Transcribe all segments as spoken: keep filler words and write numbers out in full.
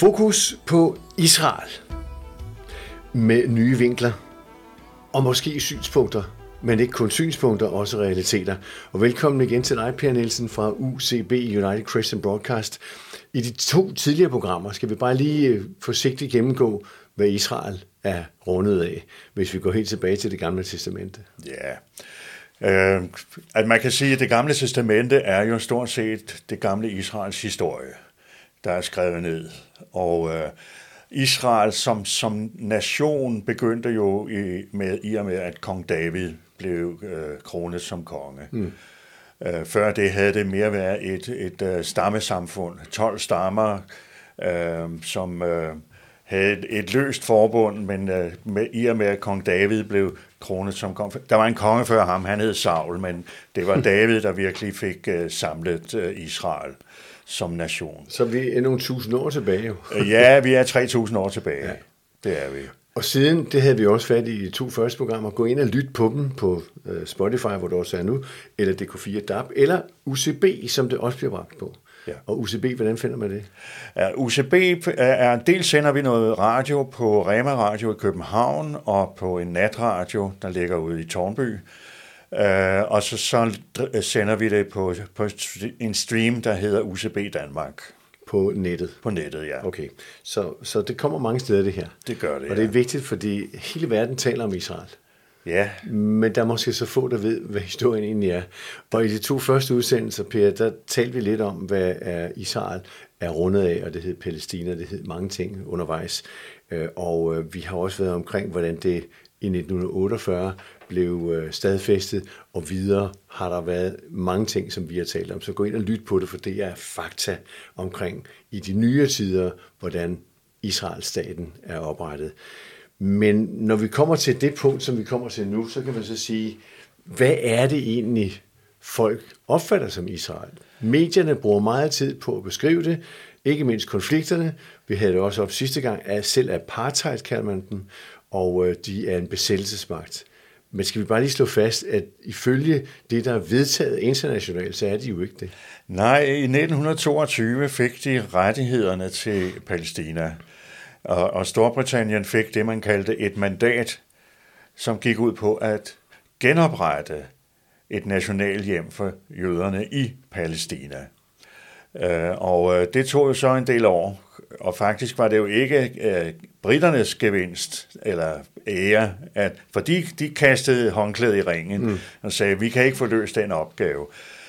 Fokus på Israel med nye vinkler og måske synspunkter, men ikke kun synspunkter, også realiteter. Og velkommen igen til dig, Per Nielsen fra U C B, United Christian Broadcast. I de to tidligere programmer skal vi bare lige forsigtigt gennemgå, hvad Israel er rundet af, hvis vi går helt tilbage til Det Gamle Testamente. Ja, øh, at man kan sige, at Det Gamle Testamente er jo stort set det gamle Israels historie, der er skrevet ned. Og øh, Israel som, som nation begyndte jo i, med, i og med, at kong David blev øh, kronet som konge. Mm. Øh, før det havde det mere været et, et, et stammesamfund, tolv stammer, øh, som øh, havde et, et løst forbund, men øh, med, i og med, at kong David blev kronet som konge. Der var en konge før ham, han hed Saul, men det var David, der virkelig fik øh, samlet øh, Israel som nation. Så vi er nogle tusind år tilbage jo. Ja, vi er tre tusind år tilbage. Ja. Det er vi. Og siden, det havde vi også fat i de to første programmer, gå ind og lytte på dem på uh, Spotify, hvor det også er nu, eller D K fire D A B, eller U C B, som det også bliver bragt på. Ja. Og U C B, hvordan finder man det? Ja, U C B er, dels sender vi noget radio på Rema Radio i København, og på en natradio, der ligger ude i Tårnby. Uh, og så, så sender vi det på, på en stream, der hedder U C B Danmark. På nettet? På nettet, ja. Okay, så, så det kommer mange steder, det her. Det gør det, Og det er vigtigt, fordi hele verden taler om Israel. Ja. Men der er måske så få, der ved, hvad historien egentlig er. Og i de to første udsendelser, Per, der talte vi lidt om, hvad er Israel er rundet af, og det hed Palæstina, det hed mange ting undervejs. Og vi har også været omkring, hvordan det i nitten otteogfyrre blev stadfæstet, og videre har der været mange ting, som vi har talt om. Så gå ind og lyt på det, for det er fakta omkring i de nye tider, hvordan Israelstaten er oprettet. Men når vi kommer til det punkt, som vi kommer til nu, så kan man så sige, hvad er det egentlig, folk opfatter som Israel? Medierne bruger meget tid på at beskrive det, ikke mindst konflikterne. Vi havde det også op sidste gang, at selv apartheid kalder man dem, og de er en besættelsesmagt. Men skal vi bare lige slå fast, at ifølge det, der er vedtaget internationalt, så er de jo ikke det? Nej, i nitten toogtyve fik de rettighederne til Palæstina, og, og Storbritannien fik det, man kaldte et mandat, som gik ud på at genoprette et nationalhjem for jøderne i Palæstina. Og det tog jo så en del år, og faktisk var det jo ikke uh, briternes gevinst eller ære, at, fordi de kastede håndklædet i ringen mm. og sagde, vi kan ikke få løst den opgave.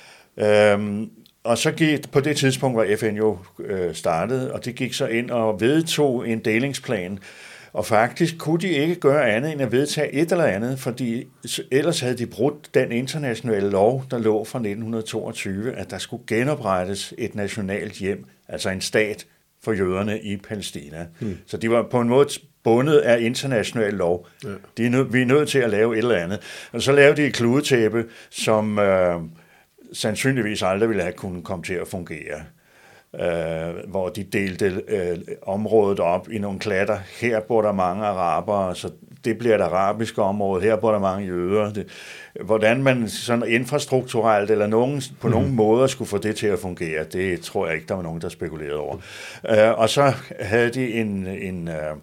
Um, og så gik, på det tidspunkt var F N jo uh, startet, og det gik så ind og vedtog en delingsplan, og faktisk kunne de ikke gøre andet end at vedtage et eller andet, fordi ellers havde de brudt den internationale lov, der lå fra nitten toogtyve, at der skulle genoprettes et nationalt hjem, altså en stat for jøderne i Palæstina. Hmm. Så de var på en måde bundet af international lov. Ja. De er nød, vi er nødt til at lave et eller andet. Og så lavede de et kludetæppe, som øh, sandsynligvis aldrig ville have kunnet komme til at fungere. Uh, hvor de delte uh, området op i nogle klatter. Her bor der mange arabere, så det bliver et arabisk område. Her bor der mange jøder. Det, hvordan man sådan infrastrukturelt eller nogen, på mm. nogen måder skulle få det til at fungere, det tror jeg ikke, der var nogen, der spekulerede over. Uh, og så havde de en, en, uh,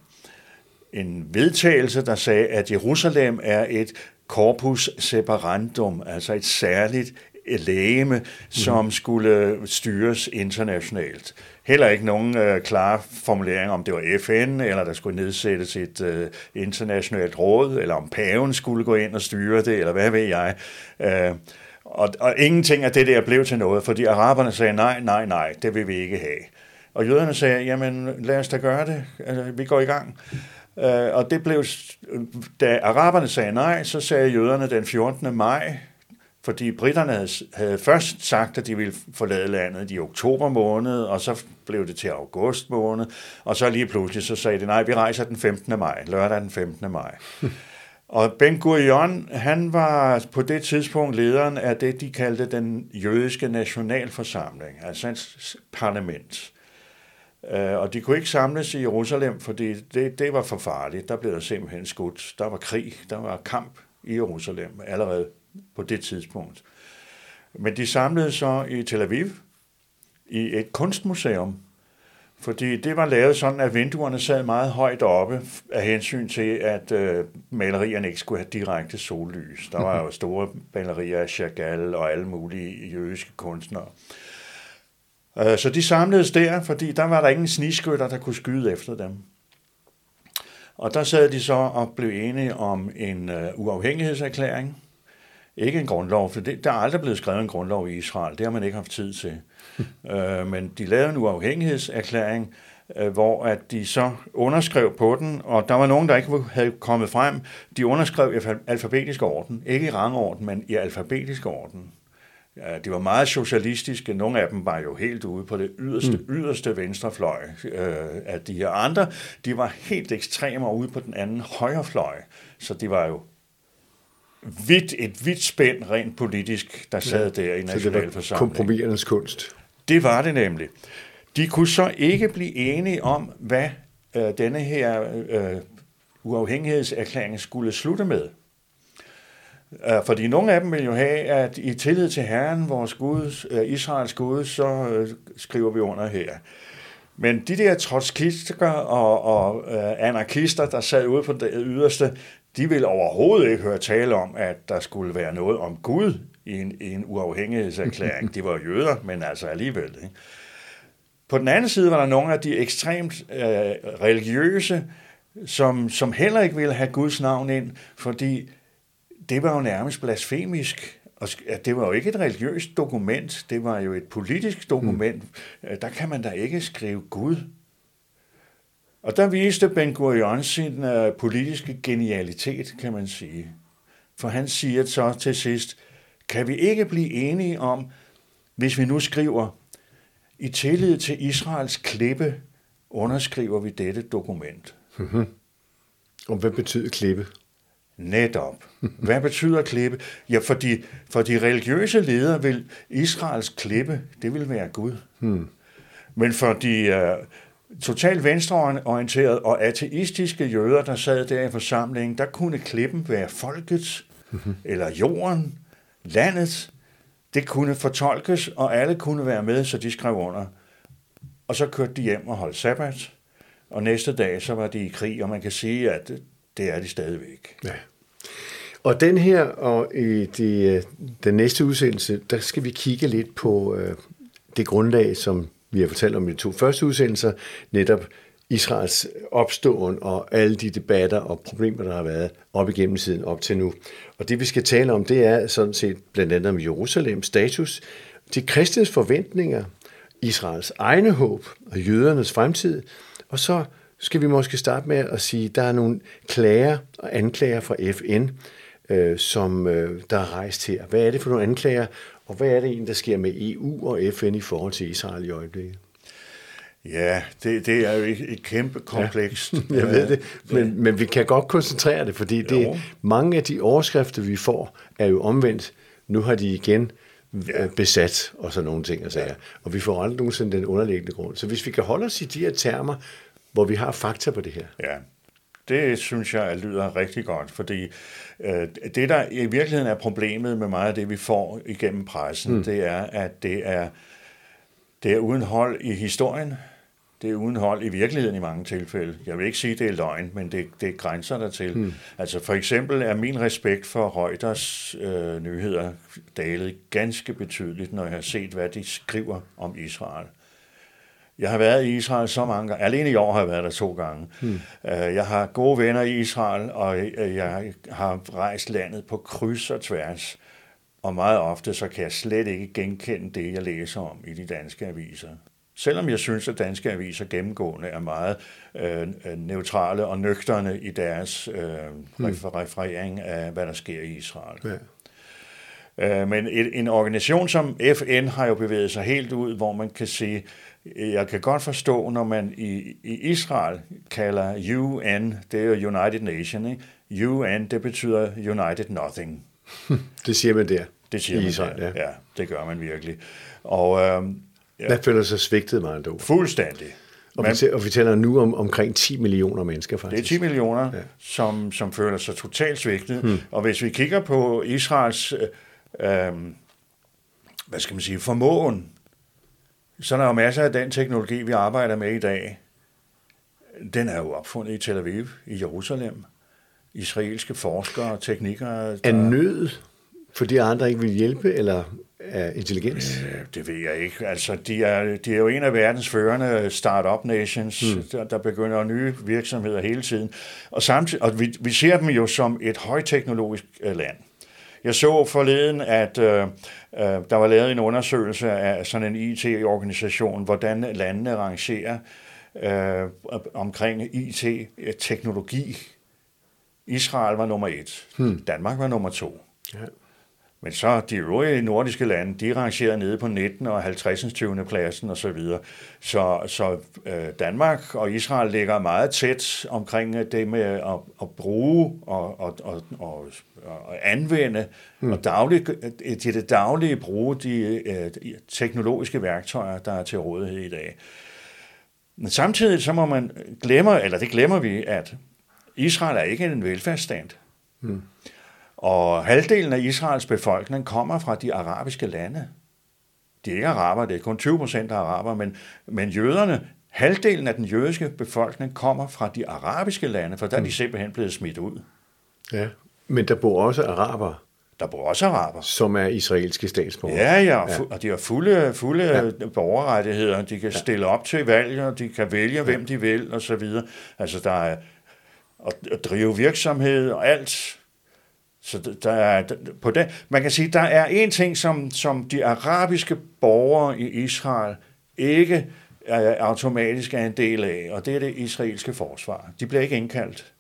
en vedtagelse, der sagde, at Jerusalem er et corpus separandum, altså et særligt lægeme, som mm. skulle styres internationalt. Heller ikke nogen øh, klare formulering om det var F N, eller der skulle nedsættes et øh, internationalt råd, eller om paven skulle gå ind og styre det, eller hvad ved jeg. Øh, og, og ingenting af det der blev til noget, fordi araberne sagde, nej, nej, nej, det vil vi ikke have. Og jøderne sagde, jamen lad os da gøre det, altså, vi går i gang. Uh, og det blev, da araberne sagde nej, så sagde jøderne den fjortende maj, fordi britterne havde, havde først sagt, at de ville forlade landet i oktober måned, og så blev det til august måned, og så lige pludselig så sagde de, nej, vi rejser den femtende maj, lørdag den femtende maj. Og Ben Gurion, han var på det tidspunkt lederen af det, de kaldte den jødiske nationalforsamling, altså et parlament. Uh, og de kunne ikke samles i Jerusalem, fordi det, det var for farligt. Der blev der simpelthen skudt. Der var krig, der var kamp i Jerusalem allerede på det tidspunkt. Men de samlede så i Tel Aviv i et kunstmuseum, Fordi det var lavet sådan, at vinduerne sad meget højt oppe af hensyn til, at øh, malerierne ikke skulle have direkte sollys. Der var jo store malerier af Chagall og alle mulige jødiske kunstnere. Øh, så de samledes der, fordi der var der ingen snigskytter, der kunne skyde efter dem. Og der sad de så og blev enige om en øh, uafhængighedserklæring. Ikke en grundlov, for det, der er aldrig blevet skrevet en grundlov i Israel. Det har man ikke haft tid til. øh, men de lavede en uafhængighedserklæring, øh, hvor at de så underskrev på den, og der var nogen, der ikke havde kommet frem. De underskrev i alfabetisk orden. Ikke i rangorden, men i alfabetisk orden. Ja, de var meget socialistiske. Nogle af dem var jo helt ude på det yderste, mm. yderste venstrefløj øh, af de her andre. De var helt ekstreme ude på den anden højrefløj. Så de var jo vidt, et vidt spænd rent politisk, der sad ja, der i nationalforsamlingen. Så det var kompromisernes kunst. Det var det nemlig. De kunne så ikke blive enige om, hvad øh, denne her øh, uafhængighedserklæring skulle slutte med. Øh, fordi nogle af dem vil jo have, at i tillid til Herren, vores Gud, øh, Israels Gud, så øh, skriver vi under her. Men de der trotskister og, og øh, anarkister, der sad ude på det yderste, de ville overhovedet ikke høre tale om, at der skulle være noget om Gud i en, i en uafhængighedserklæring. De var jøder, men altså alligevel. Ikke? På den anden side var der nogle af de ekstremt øh, religiøse, som, som heller ikke ville have Guds navn ind, fordi det var jo nærmest blasfemisk. Og det var jo ikke et religiøst dokument, det var jo et politisk dokument. Mm. Der kan man da ikke skrive Gud. Og der viste Ben Gurion sin uh, politiske genialitet, kan man sige. For han siger så til sidst, kan vi ikke blive enige om, hvis vi nu skriver, i tillid til Israels klippe, underskriver vi dette dokument. Mm-hmm. Og hvad betyder klippe? Netop. Hvad betyder klippe? Ja, for de, for de religiøse ledere vil Israels klippe, det vil være Gud. Hmm. Men for de uh, totalt venstreorienterede og ateistiske jøder, der sad der i forsamlingen, der kunne klippen være folkets, mm-hmm. eller jorden, landet. Det kunne fortolkes, og alle kunne være med, så de skrev under. Og så kørte de hjem og holdt sabbat, og næste dag så var de i krig, og man kan sige, at det er de stadigvæk. Ja. Og den her, og i de, den næste udsendelse, der skal vi kigge lidt på øh, det grundlag, som vi har fortalt om i de to første udsendelser, netop Israels opståen og alle de debatter og problemer, der har været op igennem tiden op til nu. Og det, vi skal tale om, det er sådan set blandt andet om Jerusalems status, de kristnes forventninger, Israels egne håb og jødernes fremtid, og så skal vi måske starte med at sige, at der er nogle klager og anklager fra F N, øh, som øh, der er rejst her. Hvad er det for nogle anklager, og hvad er det egentlig, der sker med E U og F N i forhold til Israel i øjeblikket? Ja, det, det er jo et, et kæmpe komplekst. Ja, jeg ved det, men, men vi kan godt koncentrere det, fordi det, mange af de overskrifter, vi får, er jo omvendt. Nu har de igen ja. besat og sådan nogle ting og sager. Ja. Og vi får aldrig nogensinde den underliggende grund. Så hvis vi kan holde os i de her termer, hvor vi har fakta på det her. Ja, det synes jeg lyder rigtig godt, fordi øh, det, der i virkeligheden er problemet med meget af det, vi får igennem pressen, mm. det er, at det er, det er uden hold i historien, det er uden hold i virkeligheden i mange tilfælde. Jeg vil ikke sige, at det er løgn, men det, det grænser der til. Mm. Altså for eksempel er min respekt for Reuters øh, nyheder dalet ganske betydeligt, når jeg har set, hvad de skriver om Israel. Jeg har været i Israel så mange gange. Alene i år har jeg været der to gange. Hmm. Jeg har gode venner i Israel, og jeg har rejst landet på kryds og tværs. Og meget ofte så kan jeg slet ikke genkende det, jeg læser om i de danske aviser. Selvom jeg synes, at danske aviser gennemgående er meget øh, neutrale og nøgterne i deres øh, hmm. referering af, hvad der sker i Israel. Ja. Men en organisation som F N har jo bevæget sig helt ud, hvor man kan sige, jeg kan godt forstå, når man i, i Israel kalder U N, det er jo United Nations, ikke? U N, det betyder United Nothing. Det siger man der. Det siger man Israel, der. Ja. ja, det gør man virkelig. Og, øhm, ja. Hvad føler sig svigtet, man dog? Fuldstændig. Og, man, vi, og vi taler nu om omkring ti millioner mennesker, faktisk. Det er ti millioner, ja. som, som føler sig totalt svigtet. Hmm. Og hvis vi kigger på Israels, øh, øh, hvad skal man sige, formåen, Så der er jo masser af den teknologi, vi arbejder med i dag. Den er jo opfundet i Tel Aviv, i Jerusalem. Israelske forskere og teknikere. Der... Er nød, fordi andre ikke vil hjælpe, eller er intelligens? Øh, det ved jeg ikke. Altså, de er, de er jo en af verdens førende start-up nations, mm. der, der begynder nye virksomheder hele tiden. Og, samtidig, og vi, vi ser dem jo som et højteknologisk øh, land. Jeg så forleden, at øh, øh, der var lavet en undersøgelse af sådan en I T-organisation, hvordan landene rangerer øh, omkring I T-teknologi. Israel var nummer et. Hmm. Danmark var nummer to. Ja. Men så de øvrige nordiske lande, de rangerede nede på nitten og halvtredsindstyvende pladsen og så videre. Så, så øh, Danmark og Israel ligger meget tæt omkring det med at, at bruge og, og, og, og, og anvende hmm. og daglig, til det daglige bruge de øh, teknologiske værktøjer, der er til rådighed i dag. Men samtidig så må man glemme, eller det glemmer vi, at Israel er ikke en velfærdsstat. Hmm. Og halvdelen af Israels befolkning kommer fra de arabiske lande. De er ikke araber, det er kun tyve procent af araber, men, men jøderne, halvdelen af den jødiske befolkning kommer fra de arabiske lande, for der er de simpelthen blevet smidt ud. Ja, men der bor også araber. Der bor også araber. Som er israelske statsborgere. Ja, ja, ja. Og de har fulde, fulde ja. borgerrettigheder. De kan stille op til valg, og de kan vælge, ja. hvem de vil, og så videre. Altså, der er at drive virksomhed og alt. Så der er på den, man kan sige, der er en ting, som, som de arabiske borgere i Israel ikke er, automatisk er en del af, og det er det israelske forsvar. De bliver ikke indkaldt.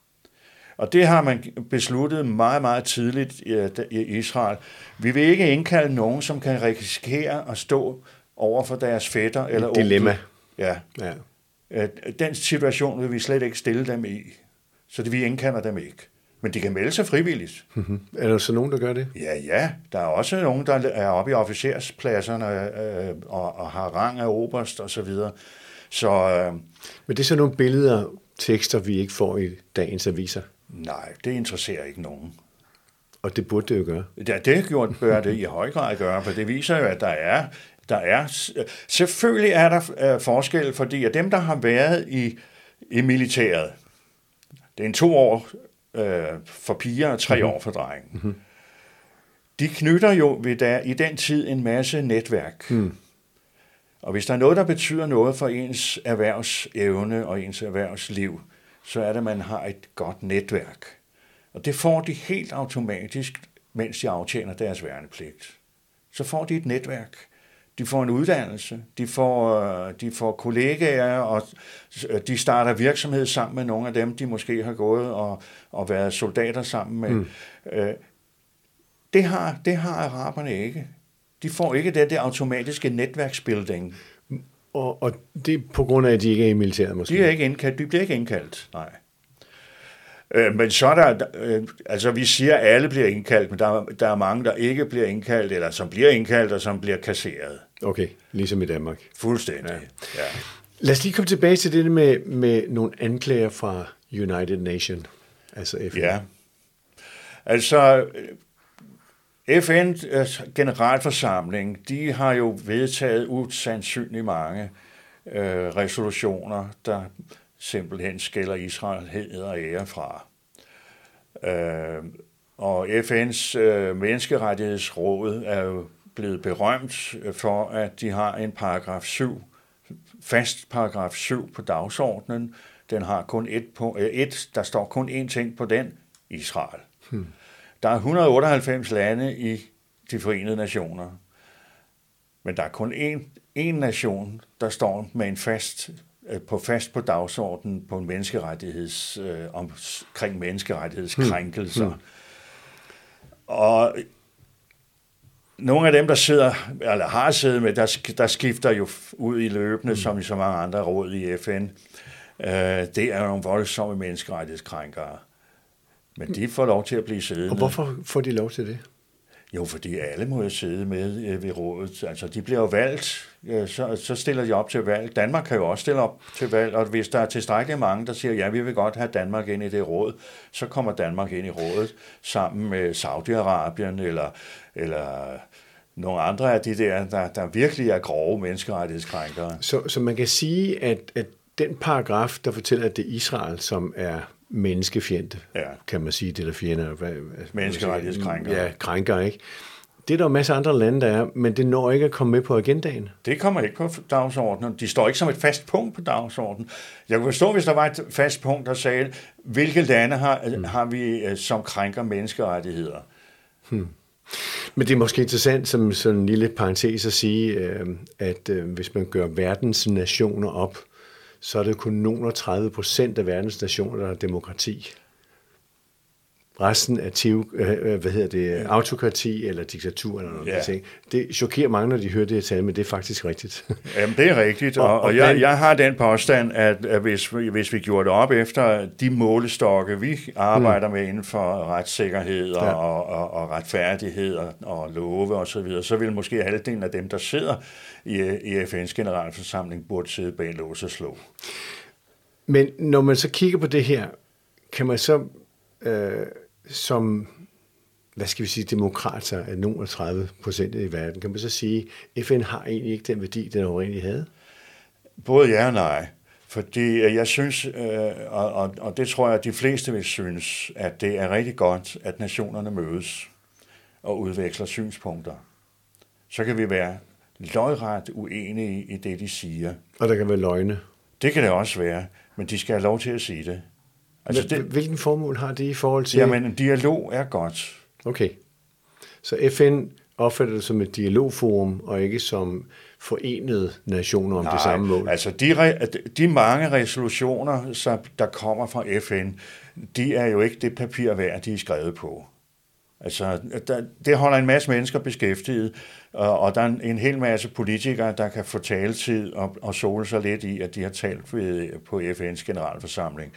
Og det har man besluttet meget, meget tidligt i, i Israel. Vi vil ikke indkalde nogen, som kan risikere at stå over for deres fætter eller onkel. Dilemma. Ja. ja. Den situation vil vi slet ikke stille dem i. Så det, vi indkalder dem ikke. Men de kan melde sig frivilligt. Mm-hmm. Er der så nogen, der gør det? Ja, ja. Der er også nogen, der er oppe i officerspladserne øh, og, og har rang af oberst og så videre. Så, øh, Men det er så nogle billeder, tekster, vi ikke får i dagens aviser? Nej, det interesserer ikke nogen. Og det burde det jo gøre? Ja, det gjort, bør det i høj grad gøre, for det viser jo, at der er... Der er selvfølgelig er der øh, forskel, fordi at dem, der har været i, i militæret, det er en to år øh, for piger og tre mm-hmm. år for drenge. Mm-hmm. De knytter jo ved der, i den tid en masse netværk. Mm. Og hvis der er noget, der betyder noget for ens erhvervsevne og ens erhvervsliv, så er det, at man har et godt netværk. Og det får de helt automatisk, mens de aftjener deres værnepligt. Så får de et netværk. De får en uddannelse, de får, de får kollegaer, og de starter virksomhed sammen med nogle af dem, de måske har gået og, og været soldater sammen med. Mm. Det har, det har araberne ikke. De får ikke det der automatiske netværksbuilding. Og, og det er på grund af, at de ikke er i militæret måske? De er ikke indkaldt, de bliver ikke indkaldt, nej. Men så er der, altså vi siger, at alle bliver indkaldt, men der, der er mange, der ikke bliver indkaldt, eller som bliver indkaldt, og som bliver kasseret. Okay, ligesom i Danmark. Fuldstændig, ja. ja. Lad os lige komme tilbage til det med, med nogle anklager fra United Nations, altså F N. Ja, altså F N's generalforsamling, de har jo vedtaget usandsynligt mange øh, resolutioner, der simpelthen skælder Israel hed og ære fra. Øh, og F N's øh, menneskerettighedsråd er jo blevet berømt for, at de har en paragraf syv, fast paragraf syv på dagsordenen. Den har kun et, på, øh, et der står kun én ting på den, Israel. Hmm. Der er et hundrede og otteoghalvfems lande i de forenede nationer, men der er kun én, én nation, der står med en fast på fast på dagsordenen på en menneskerettigheds, øh, omkring menneskerettighedskrænkelser. Hmm. Hmm. Og nogle af dem, der sidder, eller har siddet med, der, der skifter jo ud i løbende, hmm. som i så mange andre råd i F N. Øh, det er jo nogle voldsomme menneskerettighedskrænkere. Men de får lov til at blive siddende. Og hvorfor får de lov til det? Jo, fordi alle må jo sidde med øh, ved rådet. Altså, de bliver jo valgt, øh, så, så stiller de op til valg. Danmark kan jo også stille op til valg, og hvis der er tilstrækkeligt mange, der siger, ja, vi vil godt have Danmark ind i det råd, så kommer Danmark ind i rådet sammen med Saudi-Arabien eller, eller nogle andre af de der, der, der virkelig er grove menneskerettighedskrænkere. Så, så man kan sige, at, at den paragraf, der fortæller, at det er Israel, som er menneskefjendte, ja. Kan man sige, det eller fjender. Menneskerettighedskrænkere. Ja, krænker, ikke? Det er der jo masser af andre lande, der er, men det når ikke at komme med på agendaen. Det kommer ikke på dagsordenen. De står ikke som et fast punkt på dagsordenen. Jeg kunne forstå, hvis der var et fast punkt, der sagde, hvilke lande har, hmm. har vi, som krænker menneskerettigheder. Hmm. Men det er måske interessant som sådan en lille parentes at sige, at hvis man gør verdens nationer op, så er det kun nogle tredive procent af verdens nationer, der har demokrati. Resten er teo, hvad hedder det, autokrati eller diktatur eller noget. Ja. Det chokerer mange, når de hører det her tale, men det er faktisk rigtigt. Jamen, det er rigtigt, og, og, og jeg, jeg har den påstand, at, at hvis, hvis vi gjorde det op efter de målestokke, vi arbejder hmm. med inden for retssikkerhed og, ja. og, og, og retfærdighed og, og love og så videre, så vil måske halvdelen af dem, der sidder i, i F N's generalforsamling, burde sidde bag lås og slå. Men når man så kigger på det her, kan man så øh, som, hvad skal vi sige, demokrater af nogle af tredive procent i verden, kan man så sige, at F N har egentlig ikke den værdi, den egentlig havde? Både ja og nej. Fordi jeg synes, øh, og, og, og det tror jeg, at de fleste vil synes, at det er rigtig godt, at nationerne mødes og udveksler synspunkter. Så kan vi være lodret uenige i det, de siger. Og der kan være løgne. Det kan det også være, men de skal have lov til at sige det. Altså det, hvilken formål har det i forhold til? Jamen, en dialog er godt. Okay. Så F N opfatter det som et dialogforum, og ikke som forenede nationer om Nej, det samme mål? Altså de, de mange resolutioner, som der kommer fra F N, de er jo ikke det papir værd, de er skrevet på. Altså, der, det holder en masse mennesker beskæftiget, og, og der er en, en hel masse politikere, der kan få taletid og, og sole sig lidt i, at de har talt ved, på F N's generalforsamling.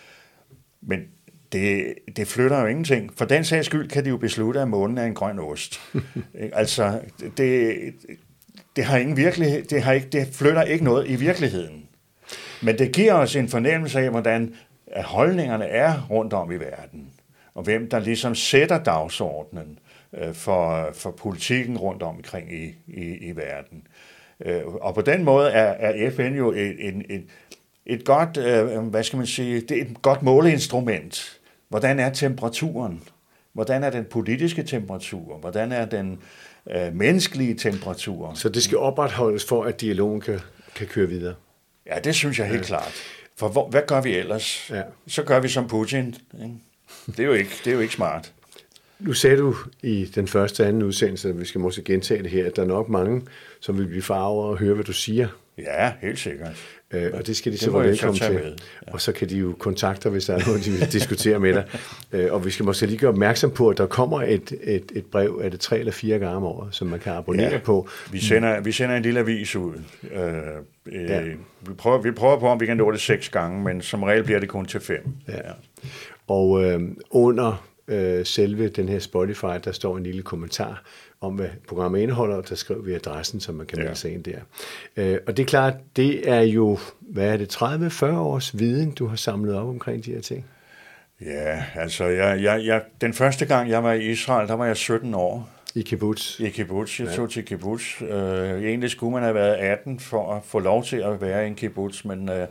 Men det, det flytter jo ingenting. For den sags skyld kan de jo beslutte, at månen er en grøn ost. altså, det, det har ingen virkelighed, det, har ikke, det flytter ikke noget i virkeligheden. Men det giver os en fornemmelse af, hvordan holdningerne er rundt om i verden, og hvem der ligesom sætter dagsordenen for, for politikken rundt omkring i, i, i verden. Og på den måde er, er F N jo et, et, et, et godt, hvad skal man sige, det er et godt måleinstrument. Hvordan er temperaturen? Hvordan er den politiske temperatur? Hvordan er den øh, menneskelige temperatur? Så det skal opretholdes for, at dialogen kan, kan køre videre? Ja, det synes jeg helt ja. klart. For hvor, hvad gør vi ellers? Ja. Så gør vi som Putin. Ikke? Det er jo ikke, det er jo ikke smart. Nu sagde du i den første og anden udsendelse, at vi skal måske gentage det her, at der er nok mange, som vil blive farvet og høre, hvad du siger. Ja, helt sikkert. Øh, og det skal de så være velkommen til. Ja. Og så kan de jo kontakte dig, hvis der er noget, de vil diskutere med dig. Øh, og vi skal måske lige gøre opmærksom på, at der kommer et, et, et brev, er det tre eller fire gange om året, som man kan abonnere ja. på. Vi sender, vi sender en lille avis ud. Øh, øh, ja. vi, prøver, vi prøver på, om vi kan nå det seks gange, men som regel bliver det kun til fem. Ja. Ja. Og øh, under øh, selve den her Spotify, der står en lille kommentar om, hvad programmet indeholder, og der skriver vi adressen, så man kan melde ja. sig ind der. Øh, og det er klart, det er jo, hvad er det, tredive til fyrre års viden, du har samlet op omkring de her ting? Ja, altså, jeg, jeg, jeg, den første gang, jeg var i Israel, der var jeg sytten år. I kibbutz? I kibbutz, jeg ja. tog til kibbutz. Øh, egentlig skulle man have været atten for at få lov til at være i en kibbutz, men øh,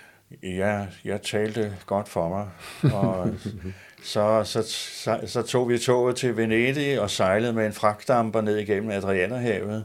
ja, jeg talte godt for mig, og Så, så, så, så tog vi toget til Venedig og sejlede med en fragtdamper ned igennem Adriaterhavet.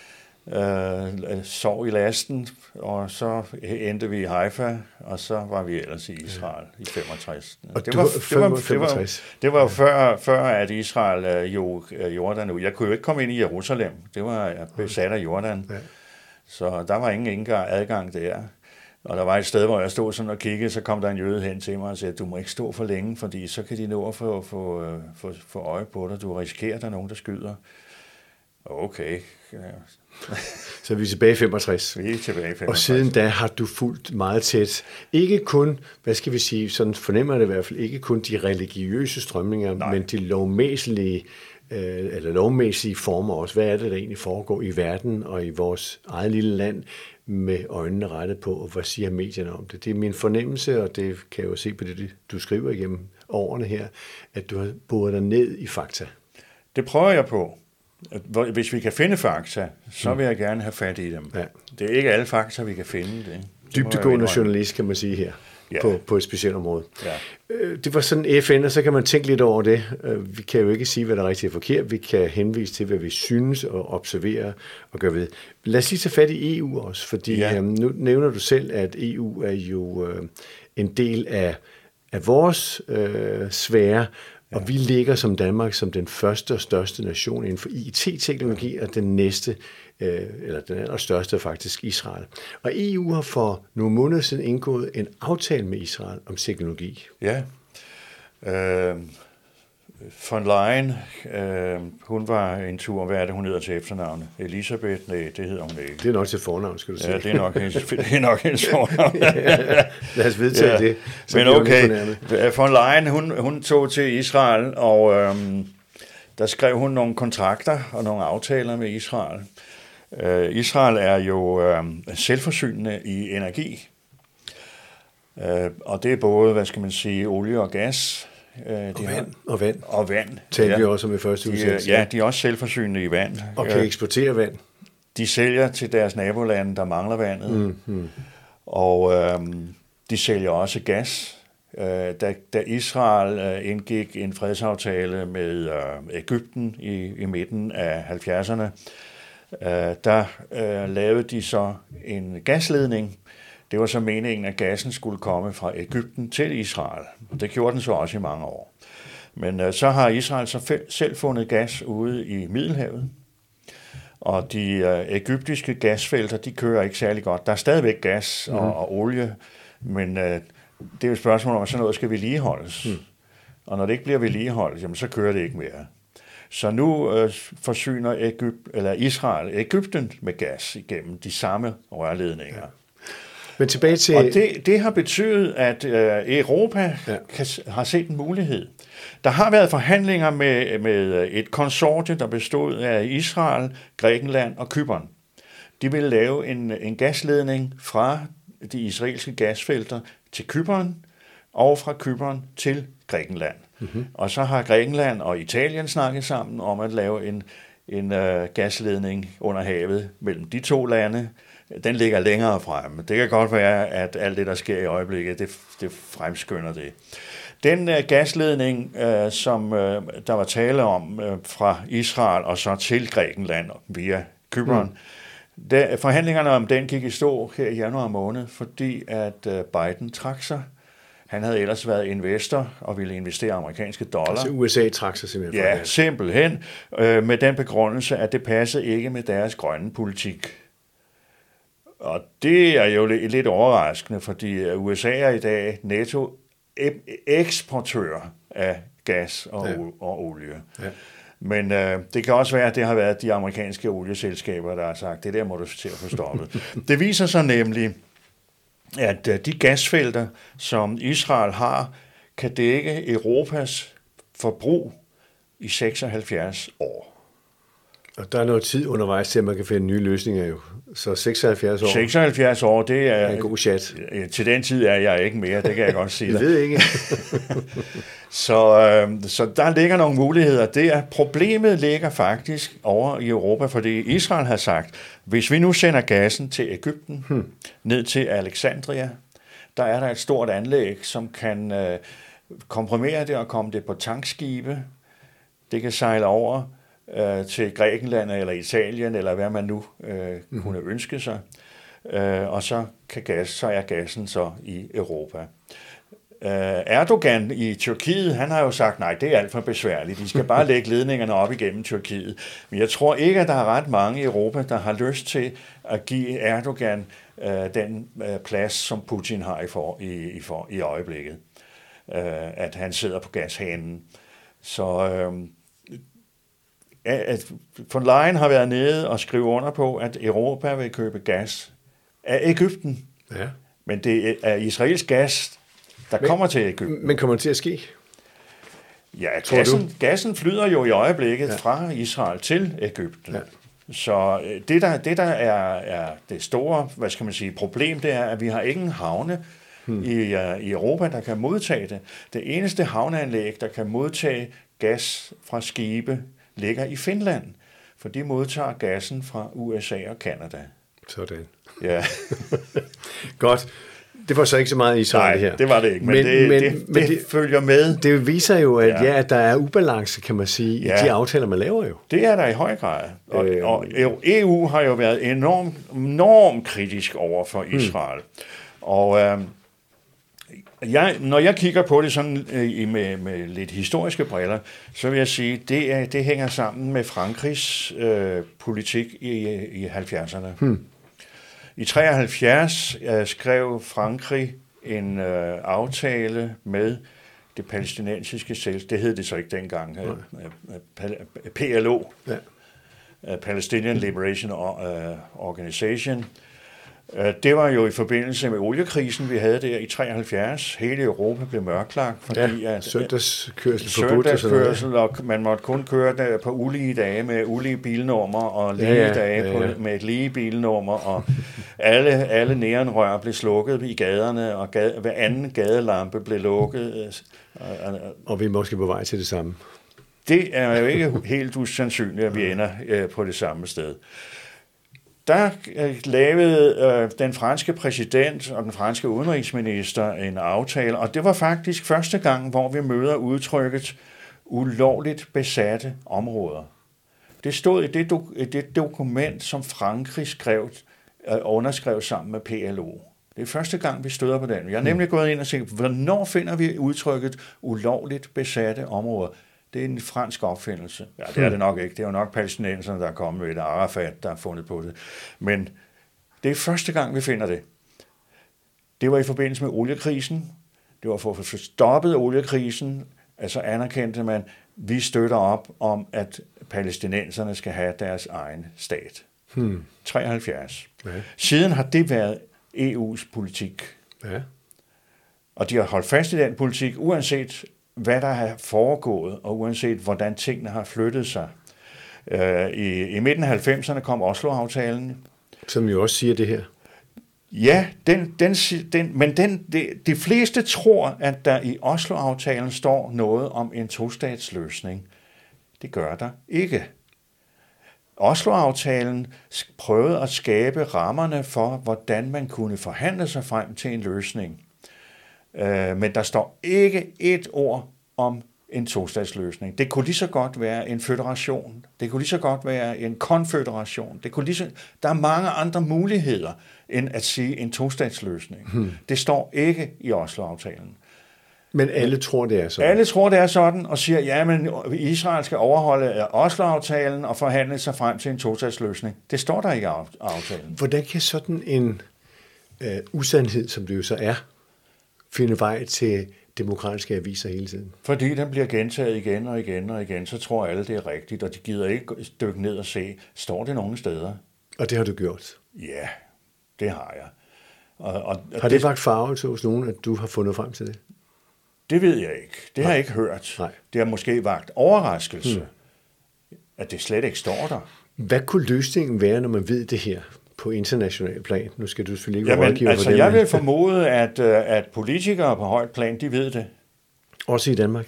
Øh, sov i lasten, og så endte vi i Haifa, og så var vi ellers i Israel i femogtres. Og det var, det var, det var, det var jo før, før, at Israel jo Jordan ud. Jeg kunne jo ikke komme ind i Jerusalem. Det var besat af Jordan. Ja. Så der var ingen adgang der. Og der var et sted, hvor jeg stod sådan og kiggede, så kom der en jøde hen til mig og sagde, du må ikke stå for længe, fordi så kan de nå at få, få, få, få øje på dig. Du risikerer, at der er nogen, der skyder. Okay. Ja. Så vi er tilbage i femogtres. Vi er tilbage i femogtres. Og siden da har du fulgt meget tæt. Ikke kun, hvad skal vi sige, sådan fornemmer det i hvert fald, ikke kun de religiøse strømninger, Nej. men de lovmæssige, øh, eller lovmæssige former også. Hvad er det, der egentlig foregår i verden og i vores eget lille land, med øjnene rettet på, og hvad siger medierne om det? Det er min fornemmelse, og det kan jeg jo se på det, du skriver igennem årene her, at du har boret dig ned i fakta. Det prøver jeg på. hvis vi kan finde fakta, så vil jeg gerne have fat i dem. Ja. Det er ikke alle fakta, vi kan finde. Det, det Dybdegående journalist, kan man sige her, ja. på, på et specielt område. Ja. Det var sådan F N, og så kan man tænke lidt over det. Vi kan jo ikke sige, hvad der er rigtigt og forkert. Vi kan henvise til, hvad vi synes og observere og gøre ved. Lad os lige tage fat i E U også, fordi ja. nu nævner du selv, at E U er jo en del af, af vores øh, sfære, og ja. vi ligger som Danmark som den første og største nation inden for I T-teknologi, og den næste, øh, eller den allerstørste faktisk, Israel. Og E U har for nogle måneder siden indgået en aftale med Israel om teknologi. Ja. Øh, von Leyen, øh, hun var en tur, hvad er det, hun hedder til efternavnet? Elisabeth? Nej, det hedder hun ikke. Det er nok til fornavn, skal du sige. Ja, det er nok hendes, det er nok hendes fornavn. ja, lad os vedtage ja. det. Men okay, von Leyen, hun, hun tog til Israel, og øhm, der skrev hun nogle kontrakter og nogle aftaler med Israel. Øh, Israel er jo øh, selvforsynende i energi, øh, og det er både, hvad skal man sige, olie og gas. Øh, de og, vand, og vand. Og vand. Talte ja. vi også om i første udsendelse. Ja, de er også selvforsynende i vand. Og kan eksportere vand. De sælger til deres nabolande, der mangler vandet. Mm-hmm. Og øh, de sælger også gas. Øh, da, da Israel øh, indgik en fredsaftale med øh, Egypten i, i midten af halvfjerdserne, øh, der øh, lavede de så en gasledning. Det var så meningen, at gassen skulle komme fra Egypten til Israel. Og det gjorde den så også i mange år. Men øh, så har Israel så selv fundet gas ude i Middelhavet. Og de øh, egyptiske gasfelter, de kører ikke særlig godt. Der er stadigvæk gas og, mm. og olie, men øh, det er jo et spørgsmål om, at sådan noget skal vedligeholdes. Mm. Og når det ikke bliver vedligeholdt, jamen, så kører det ikke mere. Så nu øh, forsyner Egypt, eller Israel Egypten med gas igennem de samme rørledninger. Ja. Men tilbage til... Og det, det har betydet, at øh, Europa ja. kan, har set en mulighed. Der har været forhandlinger med, med et konsortie, der bestod af Israel, Grækenland og Cypern. De ville lave en, en gasledning fra de israelske gasfelter til Cypern, og fra Cypern til Grækenland. Mm-hmm. Og så har Grækenland og Italien snakket sammen om at lave en, en uh, gasledning under havet mellem de to lande. Den ligger længere fremme. Det kan godt være, at alt det, der sker i øjeblikket, det, det fremskynder det. Den uh, gasledning, uh, som uh, der var tale om uh, fra Israel og så til Grækenland via Cypern, mm. der, forhandlingerne om den gik i stå her i januar måned, fordi at uh, Biden trak sig. Han havde ellers været investor og ville investere amerikanske dollar. Altså U S A trak sig simpelthen. Ja, det. simpelthen. Øh, med den begrundelse, at det passede ikke med deres grønne politik. Og det er jo lidt, lidt overraskende, fordi U S A er i dag netto eksportør af gas og, ja. og olie. Ja. Men øh, det kan også være, at det har været de amerikanske olieselskaber, der har sagt, det der må du til at få stoppet. Det viser sig nemlig, at de gasfelter, som Israel har, kan dække Europas forbrug i seksoghalvfjerds år. Og der er noget tid undervejs til, at man kan finde nye løsninger jo. Så seksoghalvfjerds år. seksoghalvfjerds år, det er en god chat. Til den tid er jeg ikke mere, det kan jeg godt sige. Jeg ved ikke. så, øh, så der ligger nogle muligheder. Det er, problemet ligger faktisk over i Europa, fordi Israel har sagt, hvis vi nu sender gassen til Egypten, hmm. ned til Alexandria, der er der et stort anlæg, som kan øh, komprimere det og komme det på tankskibe. Det kan sejle over øh, til Grækenland eller Italien, eller hvad man nu øh, hmm. kunne ønske sig. Øh, og så, kan gas, så er gassen så i Europa. Erdogan i Tyrkiet, han har jo sagt, nej, det er alt for besværligt. De skal bare lægge ledningerne op igennem Tyrkiet. Men jeg tror ikke, at der er ret mange i Europa, der har lyst til at give Erdogan øh, den øh, plads, som Putin har i, for, i, i, for, i øjeblikket. Øh, at han sidder på gashanen. Så øh, at von Leyen har været nede og skrive under på, at Europa vil købe gas af Egypten. Ja. Men det er israelsk gas, der men, kommer til Egypten. Men kommer det til at ske? Ja, gassen, gassen flyder jo i øjeblikket ja. fra Israel til Egypten. Ja. Så det der, det, der er, er det store, hvad skal man sige, problem, det er, at vi har ingen havne hmm. i, uh, i Europa, der kan modtage det. Det eneste havneanlæg, der kan modtage gas fra skibe, ligger i Finland. for de modtager gassen fra U S A og Canada. Sådan. Ja. Godt. Det var så ikke så meget Israel, Nej, det her. det var det ikke, men, men, det, men, det, men det, det følger med. Det viser jo, at, ja. Ja, at der er ubalance, kan man sige, ja. I de aftaler, man laver jo. Det er der i høj grad. Og, øh, og E U har jo været enormt, enormt kritisk over for Israel. Hmm. Og øh, jeg, når jeg kigger på det sådan øh, med, med lidt historiske briller, så vil jeg sige, det er det hænger sammen med Frankrigs øh, politik i, i halvfjerdserne. Hmm. I treoghalvfjerds øh, skrev Frankrig en øh, aftale med det palæstinensiske selvstyre. Det hed det så ikke dengang. Øh, P L O, ja. Palestinian Liberation Organization. Det var jo i forbindelse med oliekrisen, vi havde der i treoghalvfjerds. Hele Europa blev mørklagt, fordi ja, at søndagskørsel, søndagskørsel og man måtte kun køre der på ulige dage med ulige bilnummer og lige ja, ja, dage ja, ja. På, med et lige bilnummer, og alle, alle neonrør blev slukket i gaderne, og gade, hver anden gadelampe blev lukket. Og, og, og vi er måske på vej til det samme. Det er jo ikke helt usandsynligt, at vi ender øh, på det samme sted. Der lavede øh, den franske præsident og den franske udenrigsminister en aftale, og det var faktisk første gang, hvor vi møder udtrykket ulovligt besatte områder. Det stod i det, do- i det dokument, som Frankrig skrev, øh, underskrev sammen med P L O. Det er første gang, vi støder på den. Jeg har nemlig gået ind og sagt, hvornår finder vi udtrykket ulovligt besatte områder? Det er en fransk opfindelse. Ja, det er det nok ikke. Det er jo nok palæstinenserne, der er kommet med det, Arafat, der har fundet på det. Men det er første gang, vi finder det. Det var i forbindelse med oliekrisen. Det var for at få stoppet oliekrisen. Altså anerkendte man, vi støtter op om, at palæstinenserne skal have deres egen stat. Hmm. treoghalvfjerds. Ja. Siden har det været E U's politik. Ja. Og de har holdt fast i den politik, uanset hvad der har foregået, og uanset hvordan tingene har flyttet sig. Uh, i, I midten af halvfemserne kom Oslo-aftalen. Som jo også siger det her. Ja, den, den, den, men den, de, de fleste tror, at der i Oslo-aftalen står noget om en tostatsløsning. Det gør der ikke. Oslo-aftalen prøvede at skabe rammerne for, hvordan man kunne forhandle sig frem til en løsning. Men der står ikke et ord om en tostatsløsning. Det kunne lige så godt være en føderation. Det kunne lige så godt være en konføderation. Det kunne lige så... Der er mange andre muligheder, end at sige en tostatsløsning. Hmm. Det står ikke i Oslo-aftalen. Men alle tror, det er sådan. Alle tror, det er sådan, og siger, ja, men Israel skal overholde Oslo-aftalen og forhandle sig frem til en tostatsløsning. Det står der ikke i aftalen. Hvordan kan sådan en øh, usandhed, som det jo så er, finde vej til demokratiske aviser hele tiden? Fordi den bliver gentaget igen og igen og igen, så tror alle, det er rigtigt, og de gider ikke dykke ned og se, står det nogen steder? Og det har du gjort? Ja, det har jeg. Og, og, har det, det vakt farvelse hos nogen, at du har fundet frem til det? Det ved jeg ikke. Det Nej. har jeg ikke hørt. Nej. Det har måske vagt overraskelse, hmm. at det slet ikke står der. Hvad kunne løsningen være, når man ved det her på international plan? Nu skal du selvfølgelig ikke være Jamen, rådgiver altså, for det. Jeg vil formode, at, at politikere på højt plan, de ved det. Også i Danmark?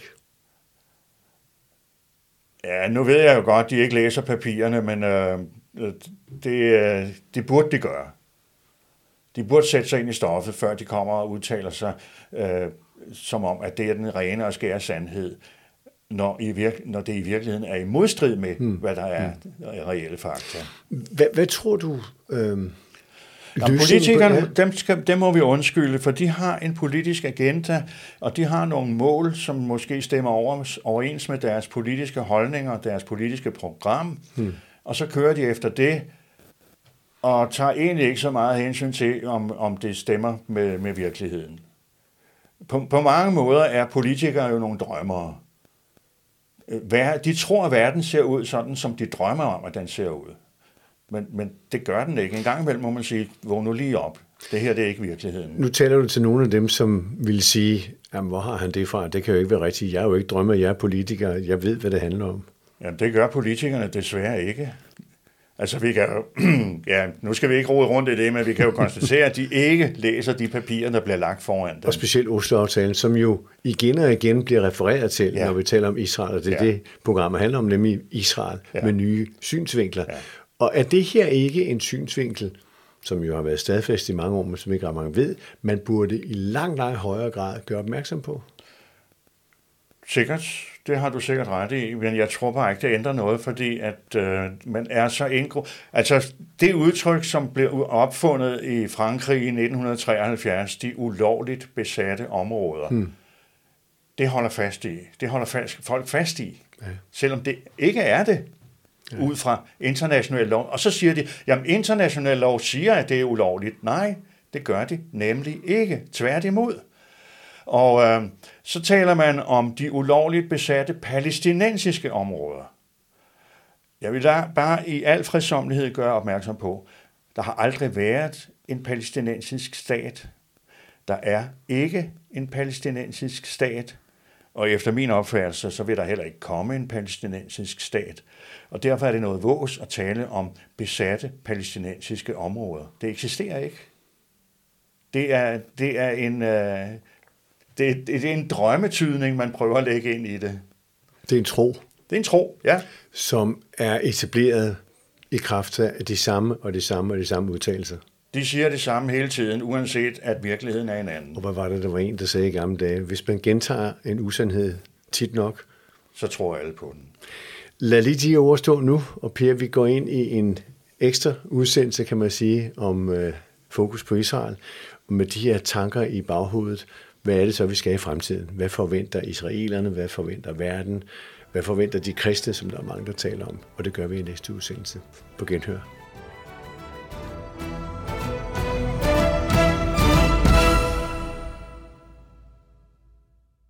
Ja, nu ved jeg jo godt, at de ikke læser papirerne, men øh, det, det burde de gøre. De burde sætte sig ind i stoffet, før de kommer og udtaler sig, øh, som om, at det er den rene og skære sandhed, når, i virke, når det i virkeligheden er i modstrid med, hmm. hvad der er hmm. reelle fakta. Hvad, hvad tror du... Øh, ja, politikerne, dem, skal, dem må vi undskylde, for de har en politisk agenda, og de har nogle mål, som måske stemmer over, overens med deres politiske holdninger, deres politiske program, hmm. og så kører de efter det, og tager egentlig ikke så meget hensyn til, om, om det stemmer med, med virkeligheden. På, på mange måder er politikere jo nogle drømmere. De tror, at verden ser ud sådan, som de drømmer om, at den ser ud. Men, men det gør den ikke. En gang imellem må man sige, våg nu lige op. Det her, det er ikke virkeligheden. Nu taler du til nogle af dem, som vil sige, jamen, hvor har han det fra? Det kan jo ikke være rigtigt. Jeg er jo ikke drømmer, jeg er politiker. Jeg ved, hvad det handler om. Jamen, det gør politikerne desværre ikke. Altså, vi kan jo, ja, nu skal vi ikke rode rundt i det, men vi kan jo konstatere, at de ikke læser de papirer, der bliver lagt foran dem. Og specielt Oslo-aftalen, som jo igen og igen bliver refereret til, ja. Når vi taler om Israel, og det er ja. Det, programmet handler om, nemlig Israel ja. Med nye synsvinkler. Ja. Og er det her ikke en synsvinkel, som jo har været stadfæstet i mange år, men som ikke ret mange ved, man burde i langt, langt højere grad gøre opmærksom på? Sikkert. Det har du sikkert ret i, men jeg tror bare ikke, det ændrer noget, fordi at øh, man er så indgå... Altså, det udtryk, som blev opfundet i Frankrig i nitten treoghalvfjerds, de ulovligt besatte områder, hmm. det holder fast i. Det holder fast, folk fast i, ja. Selvom det ikke er det, ja. Ud fra international lov. Og så siger de, jamen international lov siger, at det er ulovligt. Nej, det gør de nemlig ikke. Tværtimod. Og øh, så taler man om de ulovligt besatte palæstinensiske områder. Jeg vil da bare i al fredsommelighed gøre opmærksom på, der har aldrig været en palæstinensisk stat. Der er ikke en palæstinensisk stat, og efter min opfattelse, så vil der heller ikke komme en palæstinensisk stat. Og derfor er det noget vås at tale om besatte palæstinensiske områder. Det eksisterer ikke. Det er, det er en... Øh, Det, det er en drømmetydning, man prøver at lægge ind i det. Det er en tro. Det er en tro, ja. Som er etableret i kraft af de samme og de samme og de samme udtalelser. De siger det samme hele tiden, uanset at virkeligheden er en anden. Og hvad var det, der var en, der sagde i gamle dage? Hvis man gentager en usandhed tit nok, så tror alle på den. Lad lige de overstå nu, og Per, vi går ind i en ekstra udsendelse, kan man sige, om øh, fokus på Israel. Med de her tanker i baghovedet. Hvad er det så, vi skal i fremtiden? Hvad forventer israelerne? Hvad forventer verden? Hvad forventer de kristne, som der er mange, der taler om? Og det gør vi i næste udsendelse. På genhør.